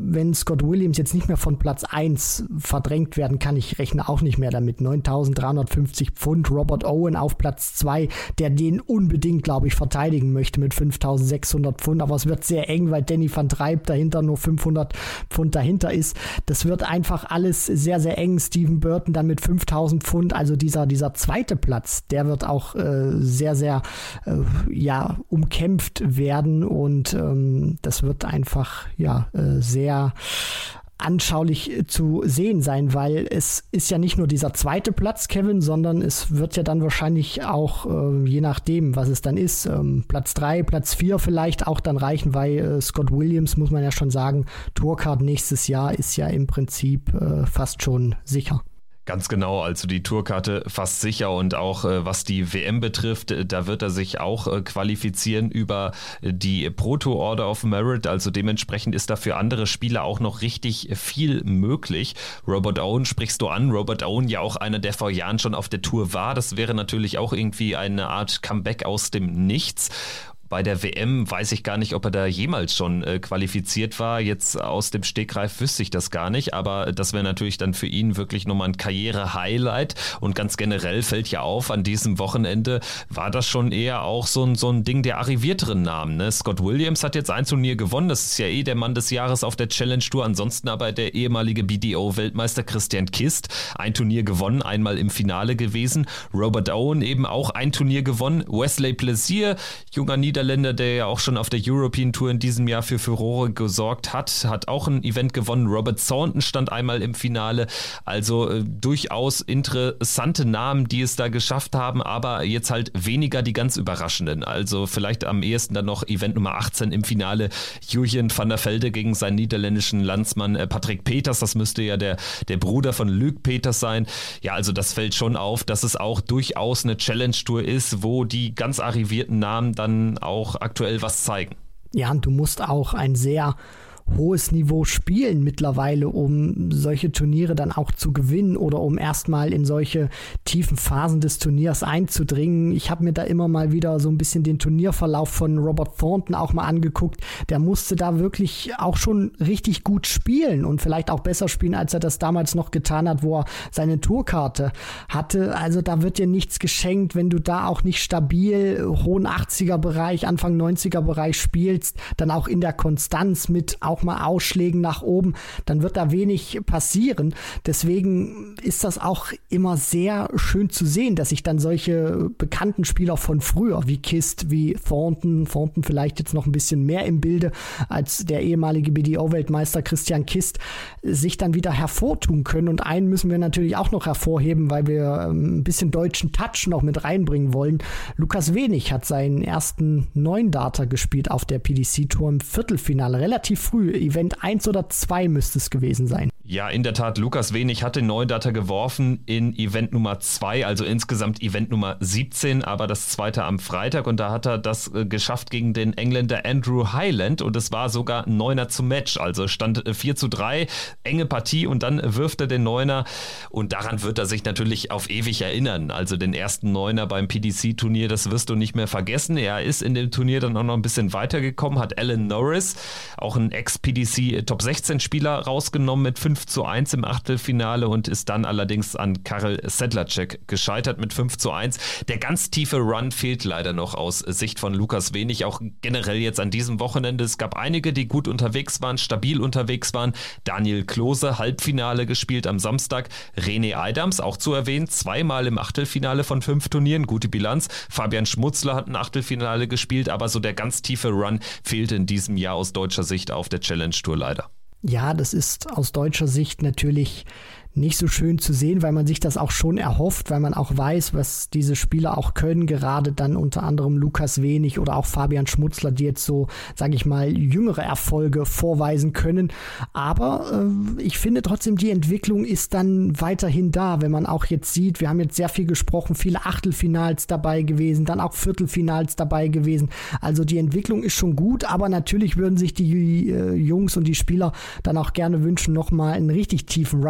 wenn Scott Williams jetzt nicht mehr von Platz eins verdrängt werden kann, ich rechne auch nicht mehr damit, neuntausenddreihundertfünfzig Pfund, Robert Owen auf Platz zwei, der den unbedingt, glaube ich, verteidigen möchte mit fünftausendsechshundert Pfund, aber es wird sehr eng, weil Danny van Trijp dahinter nur fünfhundert Pfund dahinter ist. Das wird einfach alles sehr, sehr eng. Stephen Burton dann mit fünftausend Pfund, also dieser, dieser zweite Platz, der wird auch äh, sehr, sehr äh, ja, umkämpft werden und ähm, das wird einfach ja äh, sehr anschaulich zu sehen sein, weil es ist ja nicht nur dieser zweite Platz, Kevin, sondern es wird ja dann wahrscheinlich auch, äh, je nachdem, was es dann ist, ähm, Platz drei, Platz vier vielleicht auch dann reichen, weil äh, Scott Williams, muss man ja schon sagen, Tourcard nächstes Jahr ist ja im Prinzip äh, fast schon sicher. Ganz genau, also die Tourkarte fast sicher und auch äh, was die W M betrifft, äh, da wird er sich auch äh, qualifizieren über äh, die Proto Order of Merit, also dementsprechend ist da für andere Spieler auch noch richtig viel möglich. Robert Owen sprichst du an, Robert Owen ja auch einer, der vor Jahren schon auf der Tour war, das wäre natürlich auch irgendwie eine Art Comeback aus dem Nichts. Bei der W M weiß ich gar nicht, ob er da jemals schon äh, qualifiziert war. Jetzt aus dem Stegreif wüsste ich das gar nicht, aber das wäre natürlich dann für ihn wirklich nochmal ein Karriere-Highlight und ganz generell fällt ja auf, an diesem Wochenende war das schon eher auch so ein, so ein Ding der arrivierteren Namen. Ne? Scott Williams hat jetzt ein Turnier gewonnen, das ist ja eh der Mann des Jahres auf der Challenge Tour, ansonsten aber der ehemalige B D O-Weltmeister Christian Kist, ein Turnier gewonnen, einmal im Finale gewesen. Robert Owen eben auch ein Turnier gewonnen. Wesley Plaisir, junger Niederländer, Niederländer, der ja auch schon auf der European Tour in diesem Jahr für Furore gesorgt hat, hat auch ein Event gewonnen. Robert Thornton stand einmal im Finale. Also äh, durchaus interessante Namen, die es da geschafft haben, aber jetzt halt weniger die ganz überraschenden. Also vielleicht am ehesten dann noch Event Nummer achtzehn im Finale. Jurjen van der Velde gegen seinen niederländischen Landsmann äh, Patrick Peters. Das müsste ja der, der Bruder von Luc Peters sein. Ja, also das fällt schon auf, dass es auch durchaus eine Challenge-Tour ist, wo die ganz arrivierten Namen dann auch aktuell was zeigen. Ja, und du musst auch ein sehr hohes Niveau spielen mittlerweile, um solche Turniere dann auch zu gewinnen oder um erstmal in solche tiefen Phasen des Turniers einzudringen. Ich habe mir da immer mal wieder so ein bisschen den Turnierverlauf von Robert Thornton auch mal angeguckt. Der musste da wirklich auch schon richtig gut spielen und vielleicht auch besser spielen, als er das damals noch getan hat, wo er seine Tourkarte hatte. Also da wird dir nichts geschenkt, wenn du da auch nicht stabil hohen achtziger-Bereich, Anfang neunziger-Bereich spielst, dann auch in der Konstanz mit auch mal Ausschlägen nach oben, dann wird da wenig passieren. Deswegen ist das auch immer sehr schön zu sehen, dass sich dann solche bekannten Spieler von früher, wie Kist, wie Thornton, Thornton vielleicht jetzt noch ein bisschen mehr im Bilde als der ehemalige B D O-Weltmeister Christian Kist, sich dann wieder hervortun können. Und einen müssen wir natürlich auch noch hervorheben, weil wir ein bisschen deutschen Touch noch mit reinbringen wollen. Lukas Wenig hat seinen ersten Neun-Darter gespielt auf der P D C-Tour im Viertelfinale, relativ früh. Event eins oder zwei müsste es gewesen sein. Ja, in der Tat, Lukas Wenig hatte Neun-Darter geworfen in Event Nummer zwei, also insgesamt Event Nummer siebzehn, aber das zweite am Freitag und da hat er das äh, geschafft gegen den Engländer Andrew Hyland und es war sogar Neuner zum Match, also stand äh, vier zu drei, enge Partie und dann wirft er den Neuner und daran wird er sich natürlich auf ewig erinnern, also den ersten Neuner beim P D C-Turnier, das wirst du nicht mehr vergessen, er ist in dem Turnier dann auch noch ein bisschen weitergekommen, hat Alan Norris, auch ein Ex-P D C Top sechzehn Spieler rausgenommen mit fünf zu eins im Achtelfinale und ist dann allerdings an Karel Sedlacek gescheitert mit fünf zu eins. Der ganz tiefe Run fehlt leider noch aus Sicht von Lukas Wenig, auch generell jetzt an diesem Wochenende. Es gab einige, die gut unterwegs waren, stabil unterwegs waren. Daniel Klose, Halbfinale gespielt am Samstag. René Adams, auch zu erwähnen, zweimal im Achtelfinale von fünf Turnieren, gute Bilanz. Fabian Schmutzler hat ein Achtelfinale gespielt, aber so der ganz tiefe Run fehlte in diesem Jahr aus deutscher Sicht auf der Challenge Tour leider. Ja, das ist aus deutscher Sicht natürlich nicht so schön zu sehen, weil man sich das auch schon erhofft, weil man auch weiß, was diese Spieler auch können, gerade dann unter anderem Lukas Wenig oder auch Fabian Schmutzler, die jetzt so, sage ich mal, jüngere Erfolge vorweisen können. Aber äh, ich finde trotzdem, die Entwicklung ist dann weiterhin da, wenn man auch jetzt sieht, wir haben jetzt sehr viel gesprochen, viele Achtelfinals dabei gewesen, dann auch Viertelfinals dabei gewesen. Also die Entwicklung ist schon gut, aber natürlich würden sich die äh, Jungs und die Spieler dann auch gerne wünschen, nochmal einen richtig tiefen Run zu haben,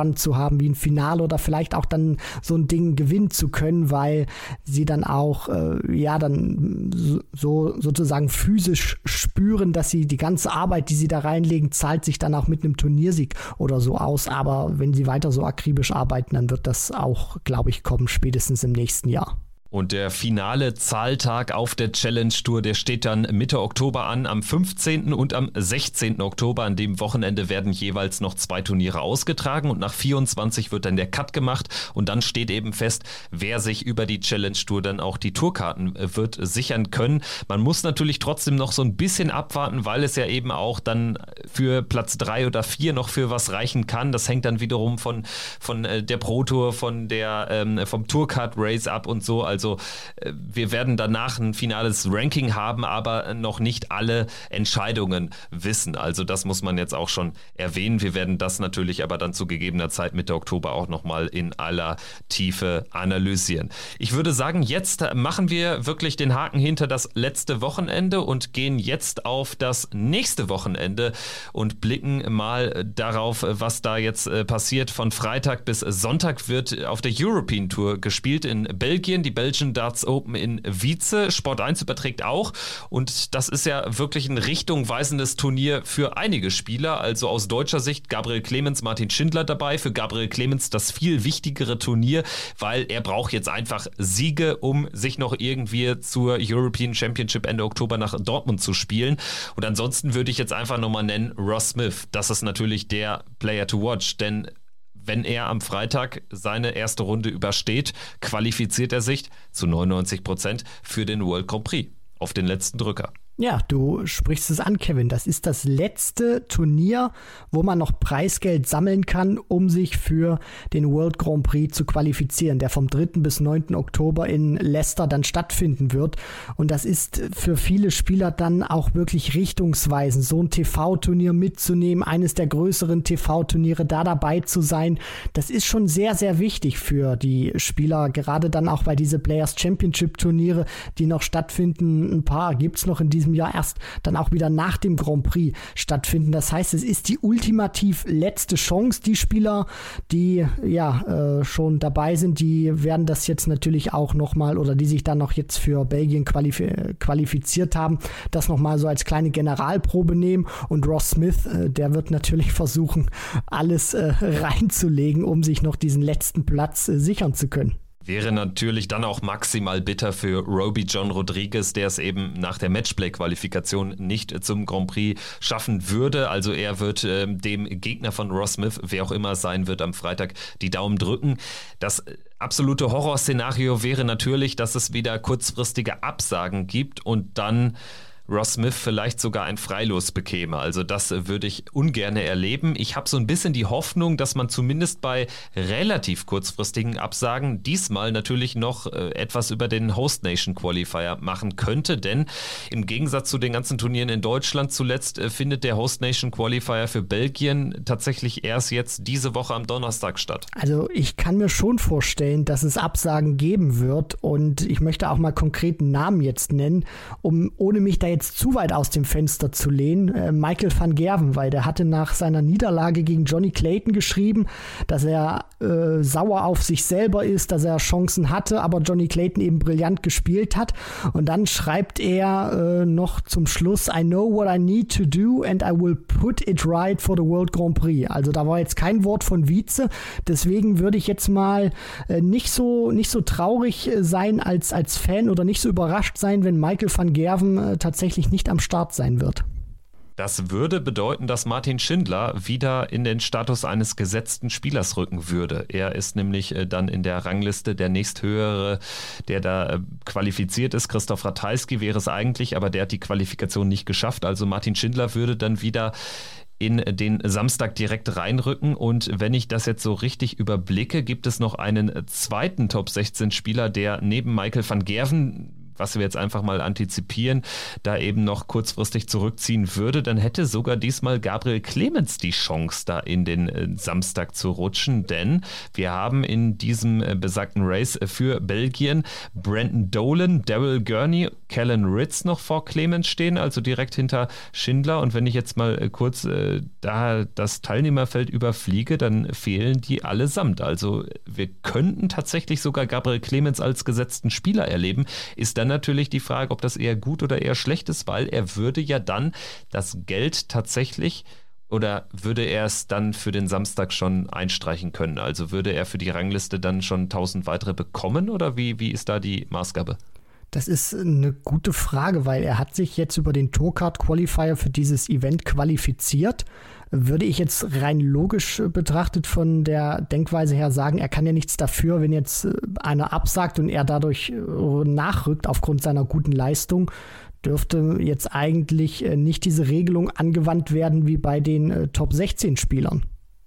haben wie ein Finale oder vielleicht auch dann so ein Ding gewinnen zu können, weil sie dann auch äh, ja dann so sozusagen physisch spüren, dass sie die ganze Arbeit, die sie da reinlegen, zahlt sich dann auch mit einem Turniersieg oder so aus. Aber wenn sie weiter so akribisch arbeiten, dann wird das auch, glaube ich, kommen, spätestens im nächsten Jahr. Und der finale Zahltag auf der Challenge Tour, der steht dann Mitte Oktober an, am fünfzehnten und am sechzehnten Oktober. An dem Wochenende werden jeweils noch zwei Turniere ausgetragen und nach vierundzwanzig wird dann der Cut gemacht und dann steht eben fest, wer sich über die Challenge Tour dann auch die Tourkarten wird sichern können. Man muss natürlich trotzdem noch so ein bisschen abwarten, weil es ja eben auch dann für Platz drei oder vier noch für was reichen kann. Das hängt dann wiederum von, von der Pro Tour, von der, ähm, vom Tourcard Race ab und so. Also Also wir werden danach ein finales Ranking haben, aber noch nicht alle Entscheidungen wissen. Also das muss man jetzt auch schon erwähnen. Wir werden das natürlich aber dann zu gegebener Zeit Mitte Oktober auch nochmal in aller Tiefe analysieren. Ich würde sagen, jetzt machen wir wirklich den Haken hinter das letzte Wochenende und gehen jetzt auf das nächste Wochenende und blicken mal darauf, was da jetzt passiert. Von Freitag bis Sonntag wird auf der European Tour gespielt in Belgien. Die Belgian Darts Open in Wietze. Sport eins überträgt auch und das ist ja wirklich ein richtungweisendes Turnier für einige Spieler. Also aus deutscher Sicht Gabriel Clemens, Martin Schindler dabei. Für Gabriel Clemens das viel wichtigere Turnier, weil er braucht jetzt einfach Siege, um sich noch irgendwie zur European Championship Ende Oktober nach Dortmund zu spielen. Und ansonsten würde ich jetzt einfach nochmal nennen Ross Smith. Das ist natürlich der Player to watch, denn wenn er am Freitag seine erste Runde übersteht, qualifiziert er sich zu neunundneunzig Prozent für den World Grand Prix auf den letzten Drücker. Ja, du sprichst es an, Kevin. Das ist das letzte Turnier, wo man noch Preisgeld sammeln kann, um sich für den World Grand Prix zu qualifizieren, der vom dritten bis neunten Oktober in Leicester dann stattfinden wird. Und das ist für viele Spieler dann auch wirklich richtungsweisend, so ein T V-Turnier mitzunehmen, eines der größeren T V-Turniere da dabei zu sein. Das ist schon sehr, sehr wichtig für die Spieler, gerade dann auch bei diese Players Championship Turniere, die noch stattfinden. Ein paar gibt's noch in diesem Jahr erst dann auch wieder nach dem Grand Prix stattfinden. Das heißt, es ist die ultimativ letzte Chance. Die Spieler, die ja äh, schon dabei sind, die werden das jetzt natürlich auch nochmal oder die sich dann noch jetzt für Belgien qualif- qualifiziert haben, das nochmal so als kleine Generalprobe nehmen. Und Ross Smith, äh, der wird natürlich versuchen, alles äh, reinzulegen, um sich noch diesen letzten Platz äh, sichern zu können. Wäre natürlich dann auch maximal bitter für Roby John Rodriguez, der es eben nach der Matchplay-Qualifikation nicht zum Grand Prix schaffen würde. Also er wird äh, dem Gegner von Ross Smith, wer auch immer es sein wird, am Freitag die Daumen drücken. Das absolute Horrorszenario wäre natürlich, dass es wieder kurzfristige Absagen gibt und dann Ross Smith vielleicht sogar ein Freilos bekäme. Also das würde ich ungern erleben. Ich habe so ein bisschen die Hoffnung, dass man zumindest bei relativ kurzfristigen Absagen diesmal natürlich noch äh, etwas über den Host Nation Qualifier machen könnte, denn im Gegensatz zu den ganzen Turnieren in Deutschland zuletzt äh, findet der Host Nation Qualifier für Belgien tatsächlich erst jetzt diese Woche am Donnerstag statt. Also ich kann mir schon vorstellen, dass es Absagen geben wird und ich möchte auch mal konkreten Namen jetzt nennen, um ohne mich da jetzt zu weit aus dem Fenster zu lehnen. Äh, Michael van Gerwen, weil der hatte nach seiner Niederlage gegen Johnny Clayton geschrieben, dass er äh, sauer auf sich selber ist, dass er Chancen hatte, aber Johnny Clayton eben brillant gespielt hat. Und dann schreibt er äh, noch zum Schluss, I know what I need to do and I will put it right for the World Grand Prix. Also da war jetzt kein Wort von Wietze. Deswegen würde ich jetzt mal äh, nicht so nicht so traurig sein als, als Fan oder nicht so überrascht sein, wenn Michael van Gerwen äh, tatsächlich nicht am Start sein wird. Das würde bedeuten, dass Martin Schindler wieder in den Status eines gesetzten Spielers rücken würde. Er ist nämlich dann in der Rangliste der nächsthöhere, der da qualifiziert ist. Christoph Ratajski wäre es eigentlich, aber der hat die Qualifikation nicht geschafft. Also Martin Schindler würde dann wieder in den Samstag direkt reinrücken und wenn ich das jetzt so richtig überblicke, gibt es noch einen zweiten Top sechzehn Spieler, der neben Michael van Gerwen was wir jetzt einfach mal antizipieren, da eben noch kurzfristig zurückziehen würde, dann hätte sogar diesmal Gabriel Clemens die Chance, da in den äh, Samstag zu rutschen, denn wir haben in diesem äh, besagten Race für Belgien Brandon Dolan, Daryl Gurney, Callan Ritz noch vor Clemens stehen, also direkt hinter Schindler. Und wenn ich jetzt mal äh, kurz äh, da das Teilnehmerfeld überfliege, dann fehlen die allesamt. Also wir könnten tatsächlich sogar Gabriel Clemens als gesetzten Spieler erleben. Ist dann natürlich die Frage, ob das eher gut oder eher schlecht ist, weil er würde ja dann das Geld tatsächlich oder würde er es dann für den Samstag schon einstreichen können? Also würde er für die Rangliste dann schon tausend weitere bekommen oder wie, wie ist da die Maßgabe? Das ist eine gute Frage, weil er hat sich jetzt über den Tourcard Qualifier für dieses Event qualifiziert. Würde ich jetzt rein logisch betrachtet von der Denkweise her sagen, er kann ja nichts dafür, wenn jetzt einer absagt und er dadurch nachrückt aufgrund seiner guten Leistung, dürfte jetzt eigentlich nicht diese Regelung angewandt werden wie bei den Top sechzehn Spielern.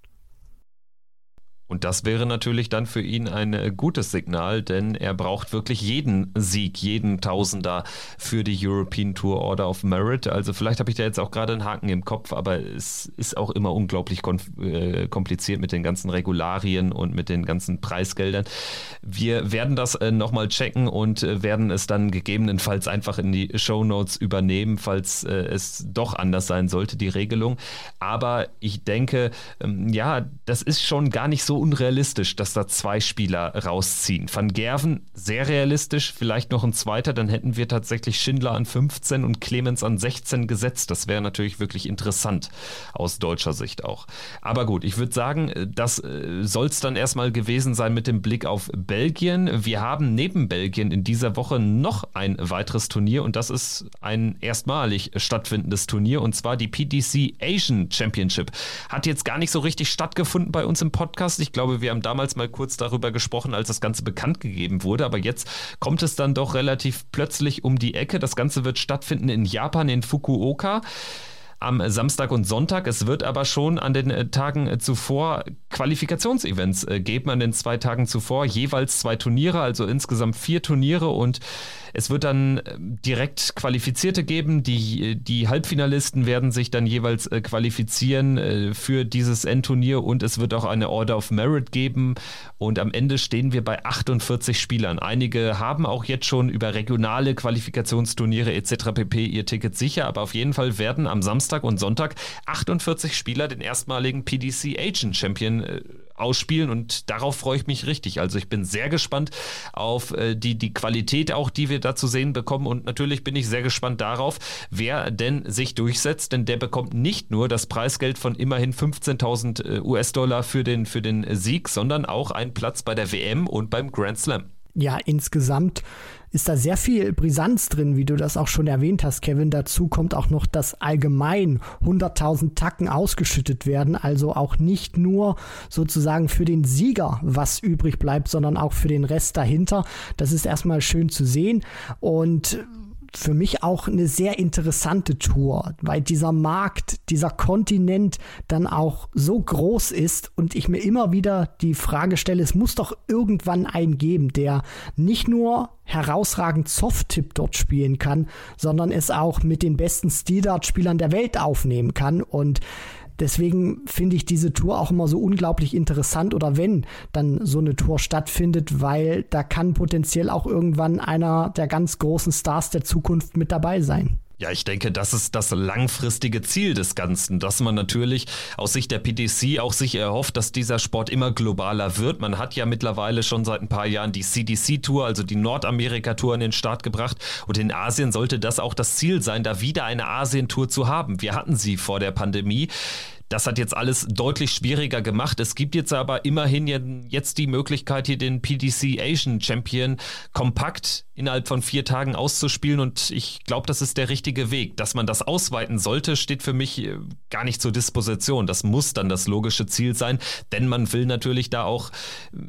Und das wäre natürlich dann für ihn ein gutes Signal, denn er braucht wirklich jeden Sieg, jeden Tausender für die European Tour Order of Merit. Also vielleicht habe ich da jetzt auch gerade einen Haken im Kopf, aber es ist auch immer unglaublich kompliziert mit den ganzen Regularien und mit den ganzen Preisgeldern. Wir werden das nochmal checken und werden es dann gegebenenfalls einfach in die Shownotes übernehmen, falls es doch anders sein sollte, die Regelung. Aber ich denke, ja, das ist schon gar nicht so unrealistisch, dass da zwei Spieler rausziehen. Van Gerven, sehr realistisch, vielleicht noch ein zweiter, dann hätten wir tatsächlich Schindler an fünfzehn und Clemens an sechzehn gesetzt. Das wäre natürlich wirklich interessant, aus deutscher Sicht auch. Aber gut, ich würde sagen, das soll es dann erstmal gewesen sein mit dem Blick auf Belgien. Wir haben neben Belgien in dieser Woche noch ein weiteres Turnier und das ist ein erstmalig stattfindendes Turnier und zwar die P D C Asian Championship. Hat jetzt gar nicht so richtig stattgefunden bei uns im Podcast. Ich glaube, wir haben damals mal kurz darüber gesprochen, als das Ganze bekannt gegeben wurde, aber jetzt kommt es dann doch relativ plötzlich um die Ecke. Das Ganze wird stattfinden in Japan, in Fukuoka, am Samstag und Sonntag. Es wird aber schon an den Tagen zuvor Qualifikationsevents geben, an den zwei Tagen zuvor jeweils zwei Turniere, also insgesamt vier Turniere und es wird dann direkt Qualifizierte geben. Die, die Halbfinalisten werden sich dann jeweils qualifizieren für dieses Endturnier und es wird auch eine Order of Merit geben und am Ende stehen wir bei achtundvierzig Spielern. Einige haben auch jetzt schon über regionale Qualifikationsturniere et cetera pp. Ihr Ticket sicher, aber auf jeden Fall werden am Samstag und Sonntag achtundvierzig Spieler den erstmaligen P D C Asian Champion äh, ausspielen und darauf freue ich mich richtig. Also ich bin sehr gespannt auf äh, die, die Qualität auch, die wir da zu sehen bekommen und natürlich bin ich sehr gespannt darauf, wer denn sich durchsetzt, denn der bekommt nicht nur das Preisgeld von immerhin fünfzehntausend U S-Dollar für den, für den Sieg, sondern auch einen Platz bei der W M und beim Grand Slam. Ja, insgesamt ist da sehr viel Brisanz drin, wie du das auch schon erwähnt hast, Kevin. Dazu kommt auch noch, dass allgemein hunderttausend Tacken ausgeschüttet werden, also auch nicht nur sozusagen für den Sieger was übrig bleibt, sondern auch für den Rest dahinter. Das ist erstmal schön zu sehen und für mich auch eine sehr interessante Tour, weil dieser Markt, dieser Kontinent dann auch so groß ist und ich mir immer wieder die Frage stelle, es muss doch irgendwann einen geben, der nicht nur herausragend Soft-Tip dort spielen kann, sondern es auch mit den besten Steel-Dart-Spielern der Welt aufnehmen kann und deswegen finde ich diese Tour auch immer so unglaublich interessant oder wenn dann so eine Tour stattfindet, weil da kann potenziell auch irgendwann einer der ganz großen Stars der Zukunft mit dabei sein. Ja, ich denke, das ist das langfristige Ziel des Ganzen, dass man natürlich aus Sicht der P D C auch sich erhofft, dass dieser Sport immer globaler wird. Man hat ja mittlerweile schon seit ein paar Jahren die C D C-Tour, also die Nordamerika-Tour an den Start gebracht und in Asien sollte das auch das Ziel sein, da wieder eine Asien-Tour zu haben. Wir hatten sie vor der Pandemie. Das hat jetzt alles deutlich schwieriger gemacht. Es gibt jetzt aber immerhin jetzt die Möglichkeit, hier den P D C Asian Champion kompakt innerhalb von vier Tagen auszuspielen und ich glaube, das ist der richtige Weg. Dass man das ausweiten sollte, steht für mich gar nicht zur Disposition. Das muss dann das logische Ziel sein, denn man will natürlich da auch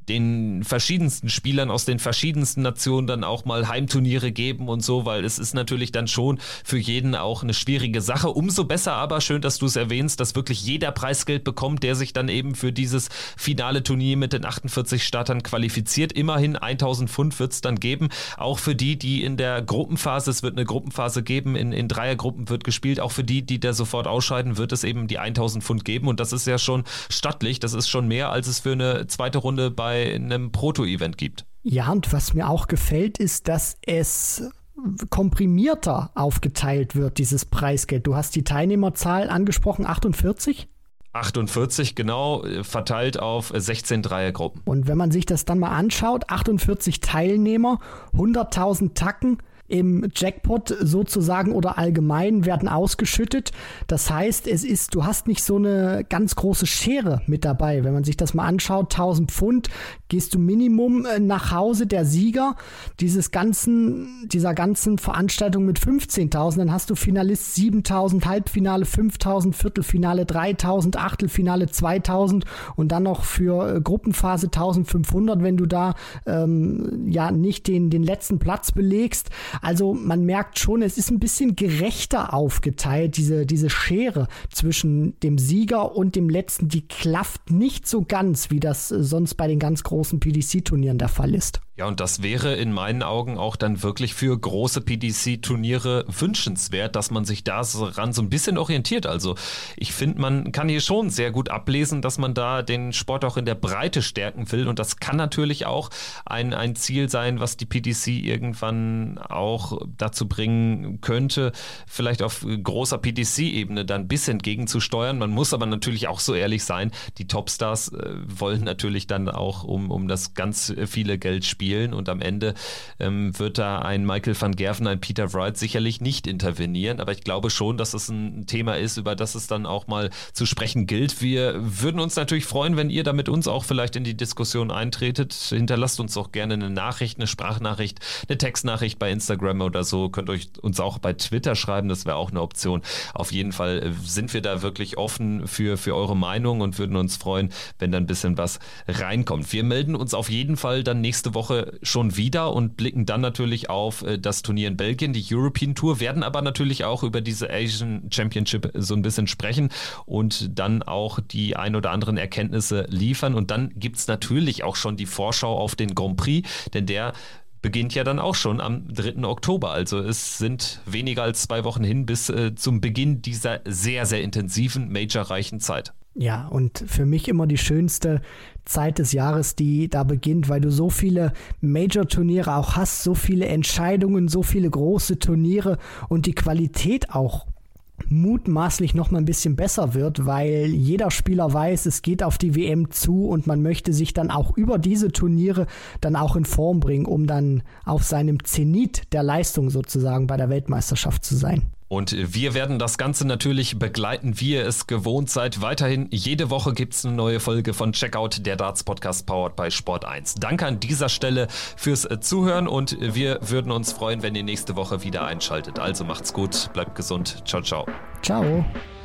den verschiedensten Spielern aus den verschiedensten Nationen dann auch mal Heimturniere geben und so, weil es ist natürlich dann schon für jeden auch eine schwierige Sache. Umso besser aber, schön, dass du es erwähnst, dass wirklich jeder Preisgeld bekommt, der sich dann eben für dieses finale Turnier mit den achtundvierzig Startern qualifiziert. Immerhin tausend Pfund wird es dann geben, auch für die, die in der Gruppenphase, es wird eine Gruppenphase geben, in, in Dreiergruppen wird gespielt, auch für die, die da sofort ausscheiden, wird es eben die tausend Pfund geben und das ist ja schon stattlich, das ist schon mehr, als es für eine zweite Runde bei einem Proto-Event gibt. Ja, und was mir auch gefällt, ist, dass es komprimierter aufgeteilt wird, dieses Preisgeld. Du hast die Teilnehmerzahl angesprochen, achtundvierzig? achtundvierzig, genau, verteilt auf sechzehn Dreiergruppen. Und wenn man sich das dann mal anschaut, achtundvierzig Teilnehmer, hunderttausend Tacken im Jackpot sozusagen oder allgemein werden ausgeschüttet. Das heißt, es ist, du hast nicht so eine ganz große Schere mit dabei. Wenn man sich das mal anschaut, tausend Pfund, gehst du Minimum nach Hause, der Sieger dieses ganzen, dieser ganzen Veranstaltung mit fünfzehntausend, dann hast du Finalist siebentausend, Halbfinale fünftausend, Viertelfinale dreitausend, Achtelfinale zweitausend und dann noch für Gruppenphase eintausendfünfhundert, wenn du da ähm, ja nicht den, den letzten Platz belegst. Also man merkt schon, es ist ein bisschen gerechter aufgeteilt, diese, diese Schere zwischen dem Sieger und dem Letzten, die klafft nicht so ganz, wie das sonst bei den ganz großen P D C-Turnieren der Fall ist. Ja, und das wäre in meinen Augen auch dann wirklich für große P D C-Turniere wünschenswert, dass man sich daran so ein bisschen orientiert. Also ich finde, man kann hier schon sehr gut ablesen, dass man da den Sport auch in der Breite stärken will. Und das kann natürlich auch ein, ein Ziel sein, was die P D C irgendwann auch dazu bringen könnte, vielleicht auf großer P D C-Ebene dann ein bisschen gegenzusteuern. Man muss aber natürlich auch so ehrlich sein, die Topstars äh, wollen natürlich dann auch um, um das ganz viele Geld spielen. Und am Ende ähm, wird da ein Michael van Gerven, ein Peter Wright sicherlich nicht intervenieren. Aber ich glaube schon, dass es ein Thema ist, über das es dann auch mal zu sprechen gilt. Wir würden uns natürlich freuen, wenn ihr da mit uns auch vielleicht in die Diskussion eintretet. Hinterlasst uns auch gerne eine Nachricht, eine Sprachnachricht, eine Textnachricht bei Instagram oder so. Könnt euch uns auch bei Twitter schreiben, das wäre auch eine Option. Auf jeden Fall sind wir da wirklich offen für, für eure Meinung und würden uns freuen, wenn da ein bisschen was reinkommt. Wir melden uns auf jeden Fall dann nächste Woche schon wieder und blicken dann natürlich auf das Turnier in Belgien, die European Tour, werden aber natürlich auch über diese Asian Championship so ein bisschen sprechen und dann auch die ein oder anderen Erkenntnisse liefern. Und dann gibt es natürlich auch schon die Vorschau auf den Grand Prix, denn der beginnt ja dann auch schon am dritten Oktober. Also es sind weniger als zwei Wochen hin bis äh, zum Beginn dieser sehr, sehr intensiven, majorreichen Zeit. Ja, und für mich immer die schönste Zeit des Jahres, die da beginnt, weil du so viele Major-Turniere auch hast, so viele Entscheidungen, so viele große Turniere und die Qualität auch mutmaßlich noch mal ein bisschen besser wird, weil jeder Spieler weiß, es geht auf die W M zu und man möchte sich dann auch über diese Turniere dann auch in Form bringen, um dann auf seinem Zenit der Leistung sozusagen bei der Weltmeisterschaft zu sein. Und wir werden das Ganze natürlich begleiten, wie ihr es gewohnt seid. Weiterhin, jede Woche gibt es eine neue Folge von Checkout, der Darts-Podcast powered by Sport eins. Danke an dieser Stelle fürs Zuhören und wir würden uns freuen, wenn ihr nächste Woche wieder einschaltet. Also macht's gut, bleibt gesund. Ciao, ciao. Ciao.